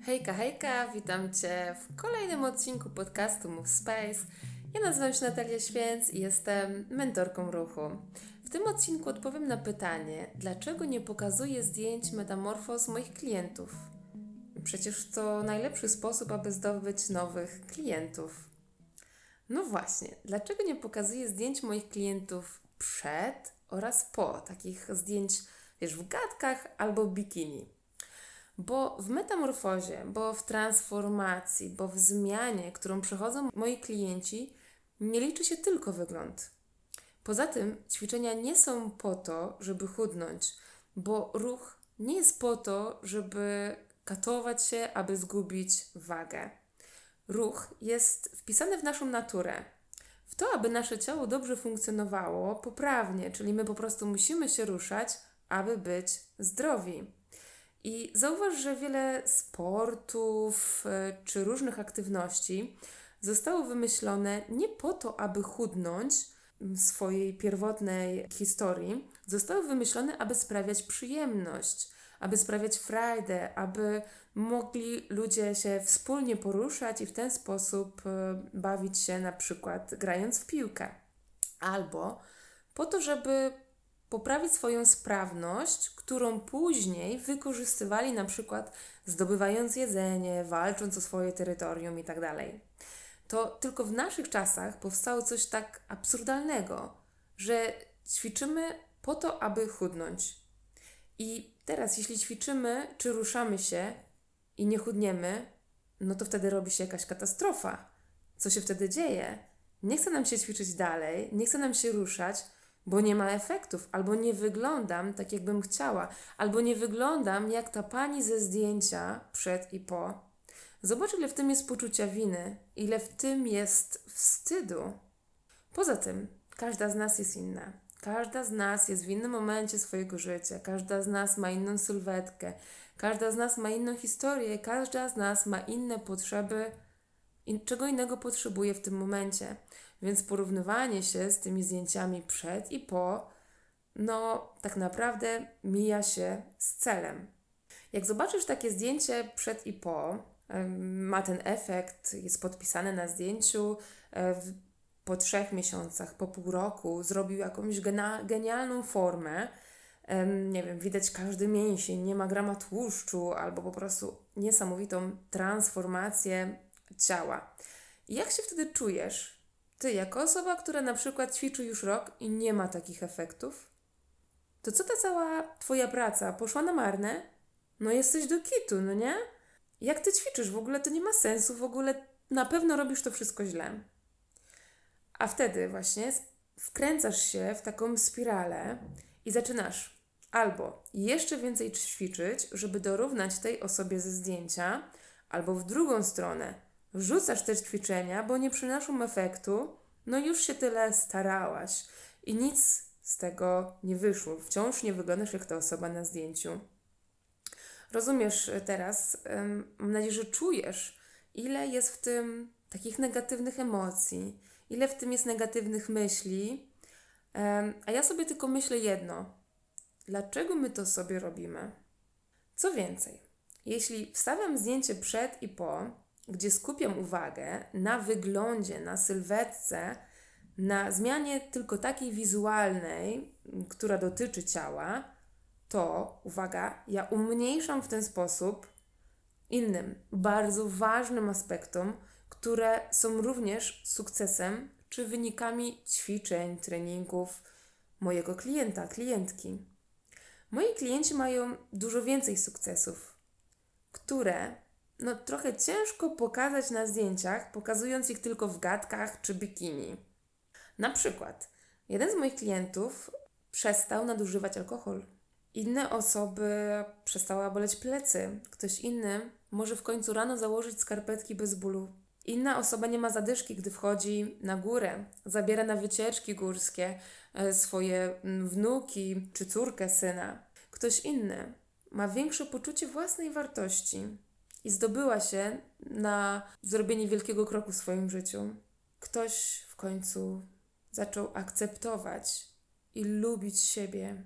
Hejka, hejka, witam Cię w kolejnym odcinku podcastu Move Space. Ja nazywam się Natalia Święc i jestem mentorką ruchu. W tym odcinku odpowiem na pytanie, dlaczego nie pokazuję zdjęć metamorfoz moich klientów? Przecież to najlepszy sposób, aby zdobyć nowych klientów. No właśnie, dlaczego nie pokazuję zdjęć moich klientów przed oraz po? Takich zdjęć, w gadkach albo bikini. Bo w metamorfozie, bo w transformacji, bo w zmianie, którą przechodzą moi klienci, nie liczy się tylko wygląd. Poza tym ćwiczenia nie są po to, żeby chudnąć, bo ruch nie jest po to, żeby katować się, aby zgubić wagę. Ruch jest wpisany w naszą naturę. W to, aby nasze ciało dobrze funkcjonowało poprawnie, czyli my po prostu musimy się ruszać, aby być zdrowi. I zauważ, że wiele sportów czy różnych aktywności zostało wymyślone nie po to, aby chudnąć w swojej pierwotnej historii. Zostały wymyślone, aby sprawiać przyjemność, aby sprawiać frajdę, aby mogli ludzie się wspólnie poruszać i w ten sposób bawić się na przykład grając w piłkę. Albo po to, żeby poprawić swoją sprawność, którą później wykorzystywali na przykład zdobywając jedzenie, walcząc o swoje terytorium itd. To tylko w naszych czasach powstało coś tak absurdalnego, że ćwiczymy po to, aby chudnąć. I teraz, jeśli ćwiczymy, czy ruszamy się i nie chudniemy, no to wtedy robi się jakaś katastrofa. Co się wtedy dzieje? Nie chce nam się ćwiczyć dalej, nie chce nam się ruszać, bo nie ma efektów, albo nie wyglądam tak, jakbym chciała, albo nie wyglądam jak ta pani ze zdjęcia przed i po. Zobacz, ile w tym jest poczucia winy, ile w tym jest wstydu. Poza tym, każda z nas jest inna. Każda z nas jest w innym momencie swojego życia, każda z nas ma inną sylwetkę, każda z nas ma inną historię, każda z nas ma inne potrzeby, czego innego potrzebuje w tym momencie. Więc porównywanie się z tymi zdjęciami przed i po, no tak naprawdę mija się z celem. Jak zobaczysz takie zdjęcie przed i po, ma ten efekt, jest podpisane na zdjęciu, po 3 miesiącach, po pół roku zrobił jakąś genialną formę, nie wiem, widać każdy mięsień, nie ma grama tłuszczu, albo po prostu niesamowitą transformację ciała. I jak się wtedy czujesz? Ty, jako osoba, która na przykład ćwiczy już rok i nie ma takich efektów, to co ta cała twoja praca poszła na marne? No jesteś do kitu, no nie? Jak ty ćwiczysz? W ogóle to nie ma sensu, w ogóle na pewno robisz to wszystko źle. A wtedy właśnie wkręcasz się w taką spiralę i zaczynasz albo jeszcze więcej ćwiczyć, żeby dorównać tej osobie ze zdjęcia, albo w drugą stronę rzucasz te ćwiczenia, bo nie przynoszą efektu, no już się tyle starałaś i nic z tego nie wyszło. Wciąż nie wyglądasz jak ta osoba na zdjęciu. Rozumiesz teraz, mam nadzieję, że czujesz, ile jest w tym takich negatywnych emocji, ile w tym jest negatywnych myśli, a ja sobie tylko myślę jedno. Dlaczego my to sobie robimy? Co więcej, jeśli wstawiam zdjęcie przed i po, gdzie skupiam uwagę na wyglądzie, na sylwetce, na zmianie tylko takiej wizualnej, która dotyczy ciała, to, uwaga, ja umniejszam w ten sposób innym, bardzo ważnym aspektom, które są również sukcesem czy wynikami ćwiczeń, treningów mojego klienta, klientki. Moi klienci mają dużo więcej sukcesów, które trochę ciężko pokazać na zdjęciach, pokazując ich tylko w gadkach czy bikini. Na przykład, jeden z moich klientów przestał nadużywać alkohol. Inne osoby przestała boleć plecy. Ktoś inny może w końcu rano założyć skarpetki bez bólu. Inna osoba nie ma zadyszki, gdy wchodzi na górę. Zabiera na wycieczki górskie swoje wnuki czy córkę, syna. Ktoś inny ma większe poczucie własnej wartości i zdobyła się na zrobienie wielkiego kroku w swoim życiu. Ktoś w końcu zaczął akceptować i lubić siebie.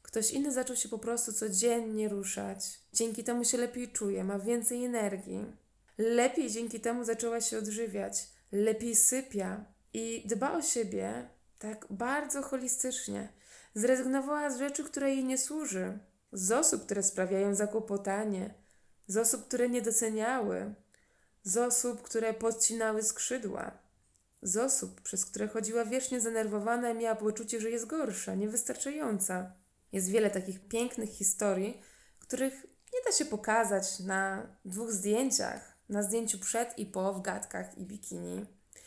Ktoś inny zaczął się po prostu codziennie ruszać. Dzięki temu się lepiej czuje, ma więcej energii. Lepiej dzięki temu zaczęła się odżywiać, lepiej sypia i dba o siebie tak bardzo holistycznie. Zrezygnowała z rzeczy, które jej nie służy, z osób, które sprawiają zakłopotanie, z osób, które nie doceniały, z osób, które podcinały skrzydła, z osób, przez które chodziła wiecznie zdenerwowana i miała poczucie, że jest gorsza, niewystarczająca. Jest wiele takich pięknych historii, których nie da się pokazać na 2 zdjęciach, na zdjęciu przed i po w gadkach i bikini.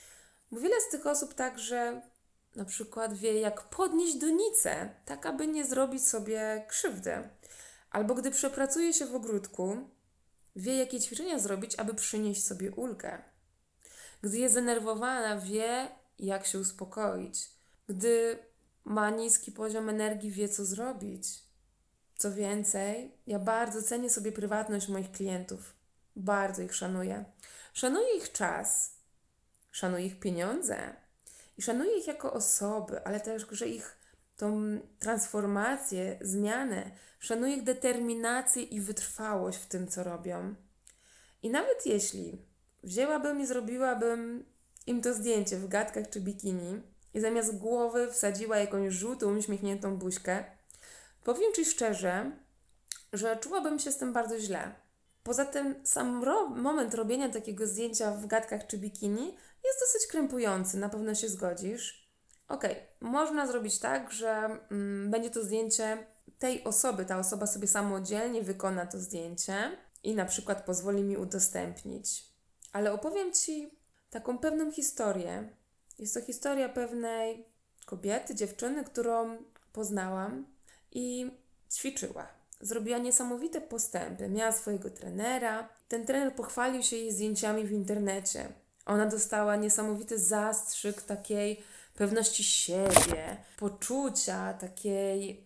Bo wiele z tych osób także na przykład wie, jak podnieść donicę, tak aby nie zrobić sobie krzywdy. Albo gdy przepracuje się w ogródku, wie, jakie ćwiczenia zrobić, aby przynieść sobie ulgę. Gdy jest zdenerwowana, wie, jak się uspokoić. Gdy ma niski poziom energii, wie, co zrobić. Co więcej, ja bardzo cenię sobie prywatność moich klientów. Bardzo ich szanuję. Szanuję ich czas, szanuję ich pieniądze i szanuję ich jako osoby, ale też, że ich tą transformację, zmianę, szanuję ich determinację i wytrwałość w tym, co robią. I nawet jeśli wzięłabym i zrobiłabym im to zdjęcie w gadkach czy bikini i zamiast głowy wsadziła jakąś żółtą, uśmiechniętą buźkę, powiem Ci szczerze, że czułabym się z tym bardzo źle. Poza tym sam moment robienia takiego zdjęcia w gadkach czy bikini jest dosyć krępujący, na pewno się zgodzisz. Można zrobić tak, że będzie to zdjęcie tej osoby, ta osoba sobie samodzielnie wykona to zdjęcie i na przykład pozwoli mi udostępnić. Ale opowiem Ci taką pewną historię. Jest to historia pewnej kobiety, dziewczyny, którą poznałam i ćwiczyła. Zrobiła niesamowite postępy. Miała swojego trenera. Ten trener pochwalił się jej zdjęciami w internecie. Ona dostała niesamowity zastrzyk takiej pewności siebie, poczucia takiej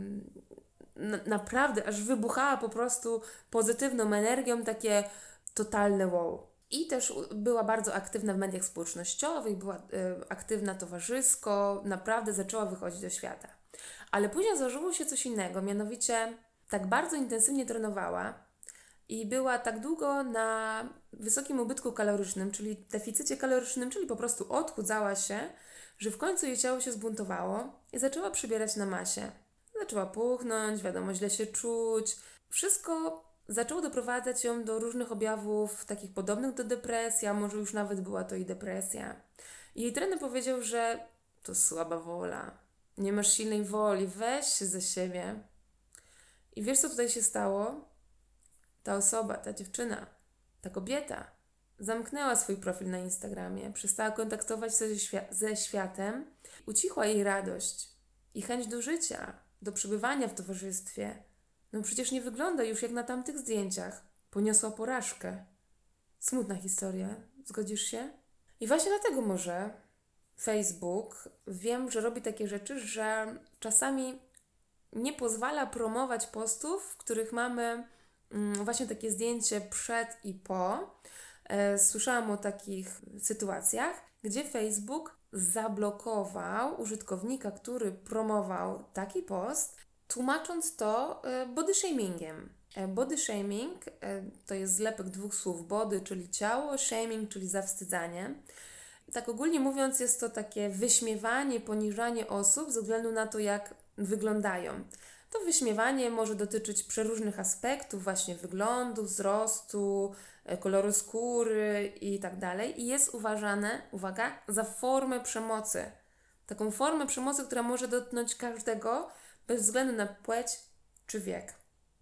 naprawdę aż wybuchała po prostu pozytywną energią, takie totalne wow. I też była bardzo aktywna w mediach społecznościowych, była aktywna towarzysko, naprawdę zaczęła wychodzić do świata. Ale później zdarzyło się coś innego, mianowicie tak bardzo intensywnie trenowała i była tak długo na wysokim ubytku kalorycznym, czyli deficycie kalorycznym, czyli po prostu odchudzała się, że w końcu jej ciało się zbuntowało i zaczęła przybierać na masie. Zaczęła puchnąć, wiadomo, źle się czuć. Wszystko zaczęło doprowadzać ją do różnych objawów takich podobnych do depresji, a może już nawet była to i depresja. I jej trener powiedział, że to słaba wola, nie masz silnej woli, weź się ze siebie. I wiesz, co tutaj się stało? Ta osoba, ta dziewczyna, ta kobieta zamknęła swój profil na Instagramie, przestała kontaktować się ze światem, ucichła jej radość i chęć do życia, do przebywania w towarzystwie. No przecież nie wygląda już jak na tamtych zdjęciach. Poniosła porażkę. Smutna historia, zgodzisz się? I właśnie dlatego może Facebook, wiem, że robi takie rzeczy, że czasami nie pozwala promować postów, w których mamy właśnie takie zdjęcie przed i po. Słyszałam o takich sytuacjach, gdzie Facebook zablokował użytkownika, który promował taki post, tłumacząc to body shamingiem. Body shaming to jest zlepek 2 słów: body, czyli ciało, shaming, czyli zawstydzanie. Tak ogólnie mówiąc, jest to takie wyśmiewanie, poniżanie osób ze względu na to, jak wyglądają. To wyśmiewanie może dotyczyć przeróżnych aspektów, właśnie wyglądu, wzrostu, koloru skóry i tak dalej. I jest uważane, uwaga, za formę przemocy. Taką formę przemocy, która może dotknąć każdego bez względu na płeć czy wiek.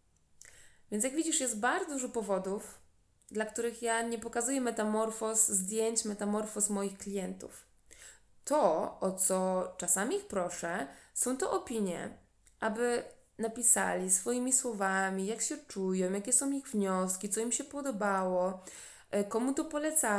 Więc jak widzisz, jest bardzo dużo powodów, dla których ja nie pokazuję zdjęć metamorfoz moich klientów. To, o co czasami ich proszę, są to opinie, aby napisali swoimi słowami, jak się czują, jakie są ich wnioski, co im się podobało, komu to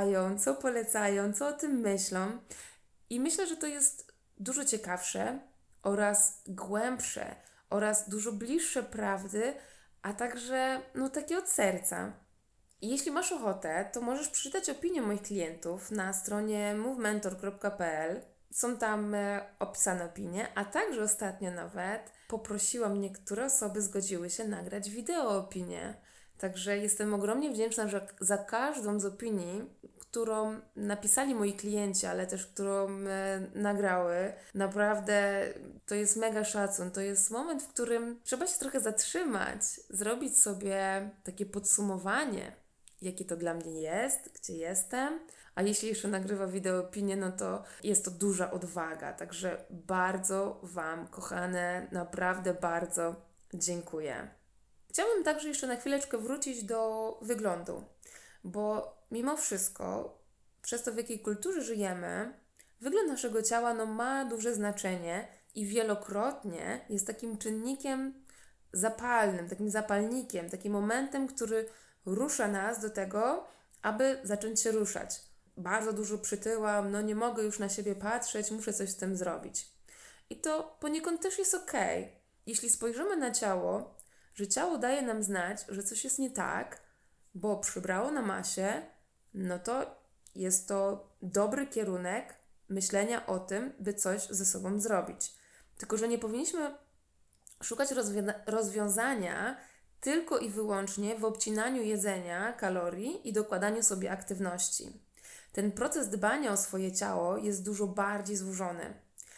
polecają, co o tym myślą. I myślę, że to jest dużo ciekawsze oraz głębsze oraz dużo bliższe prawdy, a także takie od serca. I jeśli masz ochotę, to możesz przeczytać opinie moich klientów na stronie movementor.pl. Są tam opisane opinie, a także ostatnio nawet poprosiłam, niektóre osoby zgodziły się nagrać wideo opinię. Także jestem ogromnie wdzięczna za każdą z opinii, którą napisali moi klienci, ale też którą nagrały. Naprawdę to jest mega szacun. To jest moment, w którym trzeba się trochę zatrzymać, zrobić sobie takie podsumowanie, jakie to dla mnie jest, gdzie jestem. A jeśli jeszcze nagrywa wideo opinię, no to jest to duża odwaga. Także bardzo Wam, kochane, naprawdę bardzo dziękuję. Chciałabym także jeszcze na chwileczkę wrócić do wyglądu, bo mimo wszystko, przez to w jakiej kulturze żyjemy, wygląd naszego ciała ma duże znaczenie i wielokrotnie jest takim czynnikiem zapalnym, takim zapalnikiem, takim momentem, który rusza nas do tego, aby zacząć się ruszać. Bardzo dużo przytyłam, nie mogę już na siebie patrzeć, muszę coś z tym zrobić. I to poniekąd też jest okej. Jeśli spojrzymy na ciało, że ciało daje nam znać, że coś jest nie tak, bo przybrało na masie, to jest to dobry kierunek myślenia o tym, by coś ze sobą zrobić. Tylko że nie powinniśmy szukać rozwiązania tylko i wyłącznie w obcinaniu jedzenia, kalorii i dokładaniu sobie aktywności. Ten proces dbania o swoje ciało jest dużo bardziej złożony.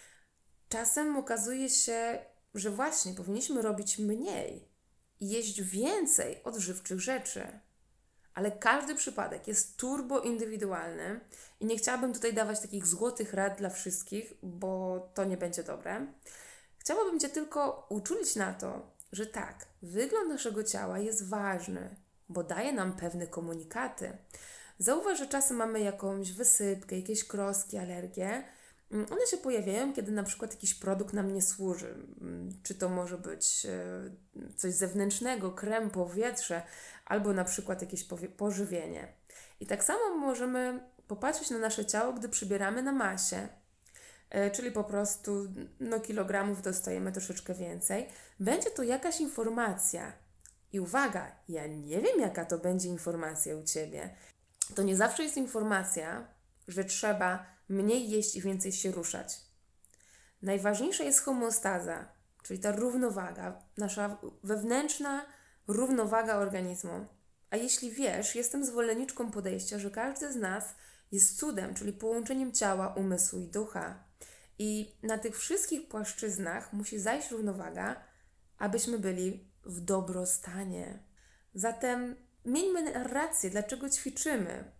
Czasem okazuje się, że właśnie powinniśmy robić mniej i jeść więcej odżywczych rzeczy. Ale każdy przypadek jest turbo indywidualny i nie chciałabym tutaj dawać takich złotych rad dla wszystkich, bo to nie będzie dobre. Chciałabym Cię tylko uczulić na to, że tak, wygląd naszego ciała jest ważny, bo daje nam pewne komunikaty. Zauważ, że czasem mamy jakąś wysypkę, jakieś kroski, alergie. One się pojawiają, kiedy na przykład jakiś produkt nam nie służy. Czy to może być coś zewnętrznego, krem, powietrze, albo na przykład jakieś pożywienie. I tak samo możemy popatrzeć na nasze ciało, gdy przybieramy na masie. Czyli po prostu kilogramów dostajemy troszeczkę więcej. Będzie to jakaś informacja. I uwaga, ja nie wiem, jaka to będzie informacja u Ciebie. To nie zawsze jest informacja, że trzeba mniej jeść i więcej się ruszać. Najważniejsza jest homeostaza, czyli ta równowaga, nasza wewnętrzna równowaga organizmu. A jeśli wiesz, jestem zwolenniczką podejścia, że każdy z nas jest cudem, czyli połączeniem ciała, umysłu i ducha. I na tych wszystkich płaszczyznach musi zajść równowaga, abyśmy byli w dobrostanie. Zatem miejmy rację, dlaczego ćwiczymy.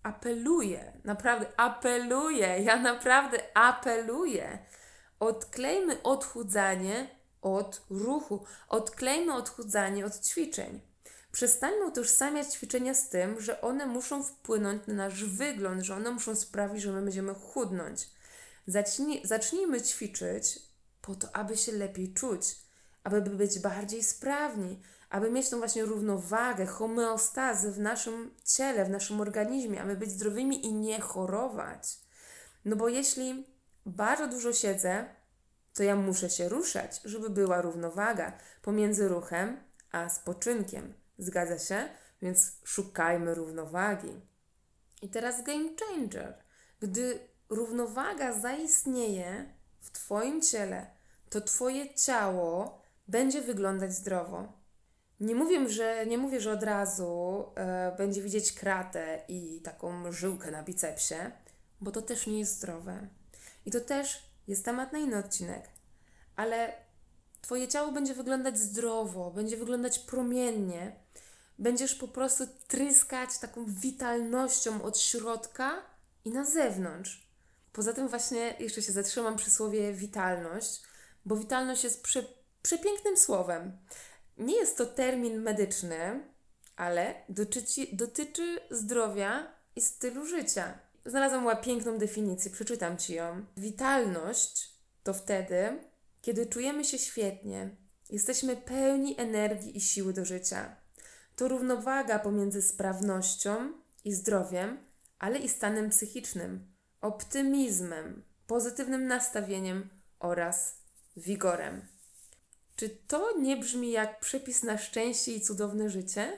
Ja naprawdę apeluję. Odklejmy odchudzanie od ruchu. Odklejmy odchudzanie od ćwiczeń. Przestańmy utożsamiać ćwiczenia z tym, że one muszą wpłynąć na nasz wygląd, że one muszą sprawić, że my będziemy chudnąć. Zacznijmy ćwiczyć po to, aby się lepiej czuć, aby być bardziej sprawni, aby mieć tą właśnie równowagę, homeostazę w naszym ciele, w naszym organizmie, aby być zdrowymi i nie chorować. Bo jeśli bardzo dużo siedzę, to ja muszę się ruszać, żeby była równowaga pomiędzy ruchem a spoczynkiem. Zgadza się? Więc szukajmy równowagi. I teraz game changer. Gdy równowaga zaistnieje w Twoim ciele, to Twoje ciało będzie wyglądać zdrowo. Nie mówię, że od razu będzie widzieć kratę i taką żyłkę na bicepsie, bo to też nie jest zdrowe. I to też jest temat na inny odcinek. Ale Twoje ciało będzie wyglądać zdrowo, będzie wyglądać promiennie. Będziesz po prostu tryskać taką witalnością od środka i na zewnątrz. Poza tym właśnie jeszcze się zatrzymam przy słowie witalność, bo witalność jest przepięknym słowem. Nie jest to termin medyczny, ale dotyczy zdrowia i stylu życia. Znalazłam piękną definicję, przeczytam Ci ją. Witalność to wtedy, kiedy czujemy się świetnie, jesteśmy pełni energii i siły do życia. To równowaga pomiędzy sprawnością i zdrowiem, ale i stanem psychicznym, optymizmem, pozytywnym nastawieniem oraz wigorem. Czy to nie brzmi jak przepis na szczęście i cudowne życie?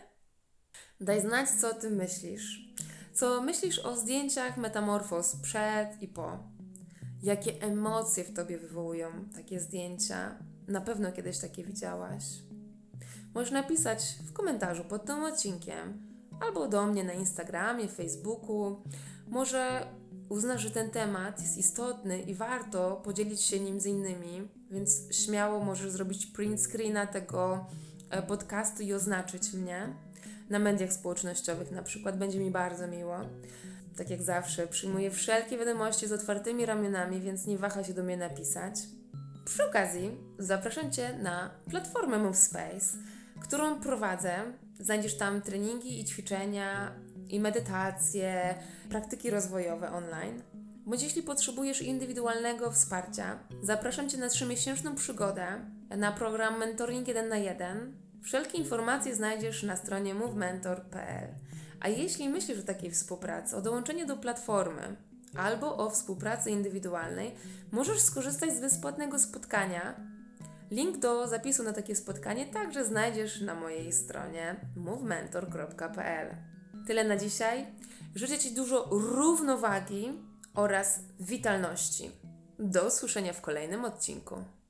Daj znać, co o tym myślisz. Co myślisz o zdjęciach metamorfoz przed i po? jakie emocje w Tobie wywołują takie zdjęcia. Na pewno kiedyś takie widziałaś. Możesz napisać w komentarzu pod tym odcinkiem albo do mnie na Instagramie, Facebooku. Może uznasz, że ten temat jest istotny i warto podzielić się nim z innymi, więc śmiało możesz zrobić print screena tego podcastu i oznaczyć mnie na mediach społecznościowych na przykład. Będzie mi bardzo miło. Tak jak zawsze, przyjmuję wszelkie wiadomości z otwartymi ramionami, więc nie waha się do mnie napisać. Przy okazji zapraszam Cię na platformę MoveSpace, którą prowadzę. Znajdziesz tam treningi i ćwiczenia, i medytacje, praktyki rozwojowe online. Bądź jeśli potrzebujesz indywidualnego wsparcia, zapraszam Cię na 3-miesięczną przygodę na program Mentoring 1 na 1. Wszelkie informacje znajdziesz na stronie movementor.pl. A jeśli myślisz o takiej współpracy, o dołączeniu do platformy albo o współpracy indywidualnej, możesz skorzystać z bezpłatnego spotkania. Link do zapisu na takie spotkanie także znajdziesz na mojej stronie movementor.pl. Tyle na dzisiaj. Życzę Ci dużo równowagi oraz witalności. Do usłyszenia w kolejnym odcinku.